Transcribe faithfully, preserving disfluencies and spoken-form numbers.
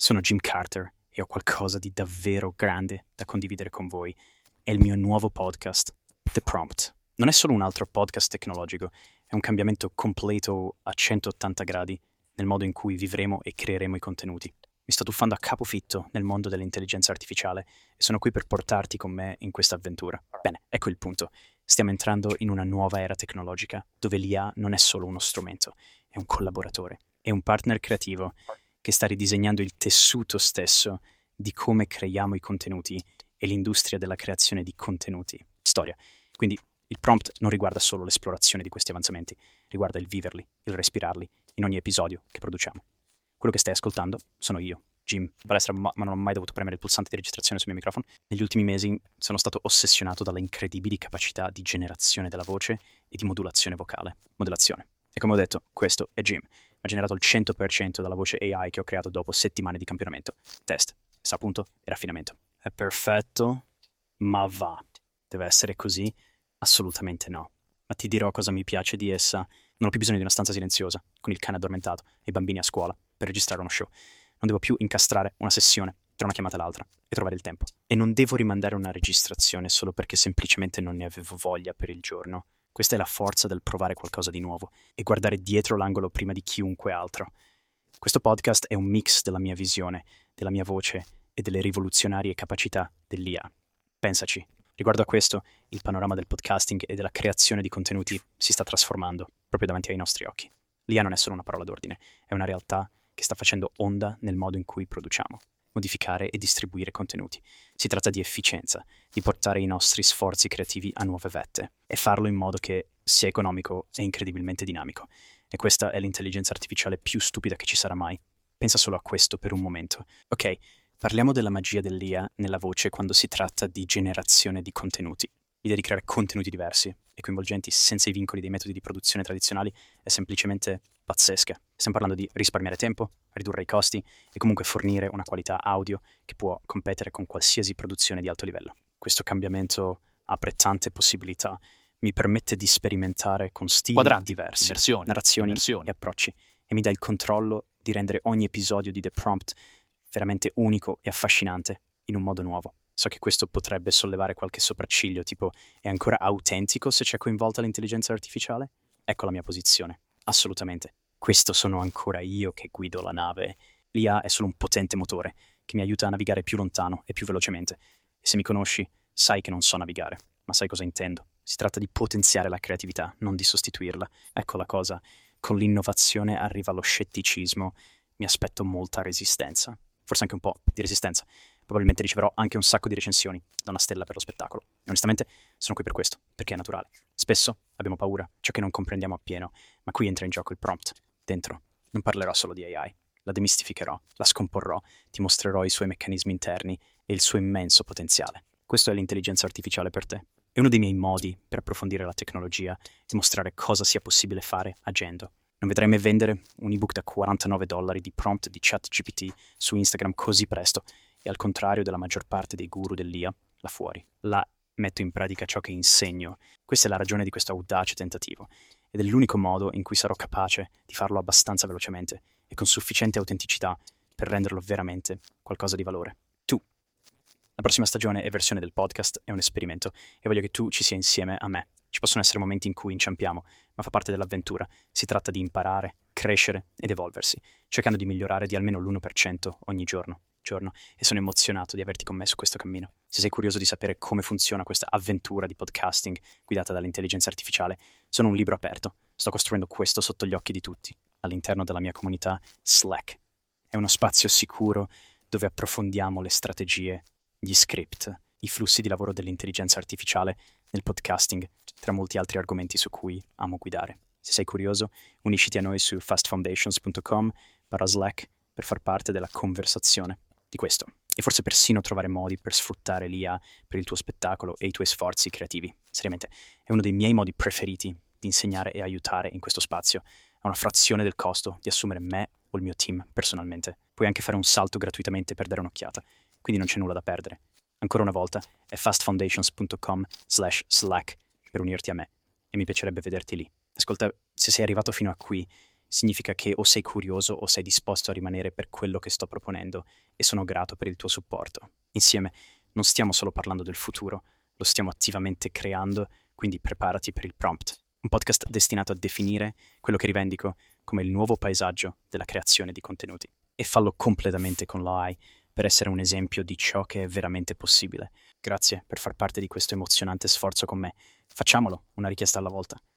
Sono Jim Carter e ho qualcosa di davvero grande da condividere con voi. È il mio nuovo podcast, The Prompt. Non è solo un altro podcast tecnologico, è un cambiamento completo a centottanta gradi nel modo in cui vivremo e creeremo i contenuti. Mi sto tuffando a capofitto nel mondo dell'intelligenza artificiale e sono qui per portarti con me in questa avventura. Bene, ecco il punto. Stiamo entrando in una nuova era tecnologica dove l'I A non è solo uno strumento, è un collaboratore, è un partner creativo che sta ridisegnando il tessuto stesso di come creiamo i contenuti e l'industria della creazione di contenuti. Storia. Quindi il prompt non riguarda solo l'esplorazione di questi avanzamenti, riguarda il viverli, il respirarli in ogni episodio che produciamo. Quello che stai ascoltando sono io, Jim, Balestra, ma non ho mai dovuto premere il pulsante di registrazione sul mio microfono. Negli ultimi mesi sono stato ossessionato dalle incredibili capacità di generazione della voce e di modulazione vocale. Modulazione. E come ho detto, questo è Jim. Ha generato il cento per cento della voce A I che ho creato dopo settimane di campionamento, test, appunto e raffinamento. È perfetto, ma va. Deve essere così? Assolutamente no. Ma ti dirò cosa mi piace di essa. Non ho più bisogno di una stanza silenziosa, con il cane addormentato e i bambini a scuola, per registrare uno show. Non devo più incastrare una sessione tra una chiamata e l'altra e trovare il tempo. E non devo rimandare una registrazione solo perché semplicemente non ne avevo voglia per il giorno. Questa è la forza del provare qualcosa di nuovo e guardare dietro l'angolo prima di chiunque altro. Questo podcast è un mix della mia visione, della mia voce e delle rivoluzionarie capacità dell'I A. Pensaci, riguardo a questo, il panorama del podcasting e della creazione di contenuti si sta trasformando proprio davanti ai nostri occhi. L'I A non è solo una parola d'ordine, è una realtà che sta facendo onda nel modo in cui produciamo, modificare e distribuire contenuti. Si tratta di efficienza, di portare i nostri sforzi creativi a nuove vette e farlo in modo che sia economico e incredibilmente dinamico. E questa è l'intelligenza artificiale più stupida che ci sarà mai. Pensa solo a questo per un momento. Ok, parliamo della magia dell'I A nella voce quando si tratta di generazione di contenuti. L'idea di creare contenuti diversi e coinvolgenti senza i vincoli dei metodi di produzione tradizionali è semplicemente pazzesca. Stiamo parlando di risparmiare tempo, ridurre i costi e comunque fornire una qualità audio che può competere con qualsiasi produzione di alto livello. Questo cambiamento apre tante possibilità, mi permette di sperimentare con stili Quadranti, diversi, immersioni, narrazioni immersioni. e approcci e mi dà il controllo di rendere ogni episodio di The Prompt veramente unico e affascinante in un modo nuovo. So che questo potrebbe sollevare qualche sopracciglio, tipo è ancora autentico se c'è coinvolta l'intelligenza artificiale? Ecco la mia posizione, assolutamente. Questo sono ancora io che guido la nave. L'I A è solo un potente motore che mi aiuta a navigare più lontano e più velocemente. E se mi conosci, sai che non so navigare, ma sai cosa intendo. Si tratta di potenziare la creatività, non di sostituirla. Ecco la cosa, con l'innovazione arriva lo scetticismo. Mi aspetto molta resistenza, forse anche un po' di resistenza. Probabilmente riceverò anche un sacco di recensioni da una stella per lo spettacolo. E onestamente sono qui per questo, perché è naturale. Spesso abbiamo paura, ciò che non comprendiamo appieno, ma qui entra in gioco il prompt. Dentro non parlerò solo di A I, la demistificherò, la scomporrò, ti mostrerò i suoi meccanismi interni e il suo immenso potenziale. Questo è l'intelligenza artificiale per te. È uno dei miei modi per approfondire la tecnologia e mostrare cosa sia possibile fare agendo. Non vedrai mai vendere un ebook da quarantanove dollari di prompt di ChatGPT su Instagram così presto e al contrario della maggior parte dei guru dell'I A, là fuori. Là metto in pratica ciò che insegno. Questa è la ragione di questo audace tentativo ed è l'unico modo in cui sarò capace di farlo abbastanza velocemente e con sufficiente autenticità per renderlo veramente qualcosa di valore. Tu. La prossima stagione e versione del podcast è un esperimento e voglio che tu ci sia insieme a me. Ci possono essere momenti in cui inciampiamo, ma fa parte dell'avventura. Si tratta di imparare, crescere ed evolversi, cercando di migliorare di almeno l'uno per cento ogni giorno. giorno e sono emozionato di averti con me su questo cammino. Se sei curioso di sapere come funziona questa avventura di podcasting guidata dall'intelligenza artificiale, sono un libro aperto. Sto costruendo questo sotto gli occhi di tutti, all'interno della mia comunità Slack. È uno spazio sicuro dove approfondiamo le strategie, gli script, i flussi di lavoro dell'intelligenza artificiale nel podcasting, tra molti altri argomenti su cui amo guidare. Se sei curioso, unisciti a noi su fastfoundations punto com barra Slack per far parte della conversazione di questo e forse persino trovare modi per sfruttare l'I A per il tuo spettacolo e i tuoi sforzi creativi. Seriamente, è uno dei miei modi preferiti di insegnare e aiutare in questo spazio. È una frazione del costo di assumere me o il mio team personalmente. Puoi anche fare un salto gratuitamente per dare un'occhiata, quindi non c'è nulla da perdere. Ancora una volta è fastfoundations punto com slash slack per unirti a me e mi piacerebbe vederti lì. Ascolta, se sei arrivato fino a qui significa che o sei curioso o sei disposto a rimanere per quello che sto proponendo e sono grato per il tuo supporto. Insieme non stiamo solo parlando del futuro, lo stiamo attivamente creando, quindi preparati per il Prompt, un podcast destinato a definire quello che rivendico come il nuovo paesaggio della creazione di contenuti. E fallo completamente con l'A I per essere un esempio di ciò che è veramente possibile. Grazie per far parte di questo emozionante sforzo con me. Facciamolo, una richiesta alla volta.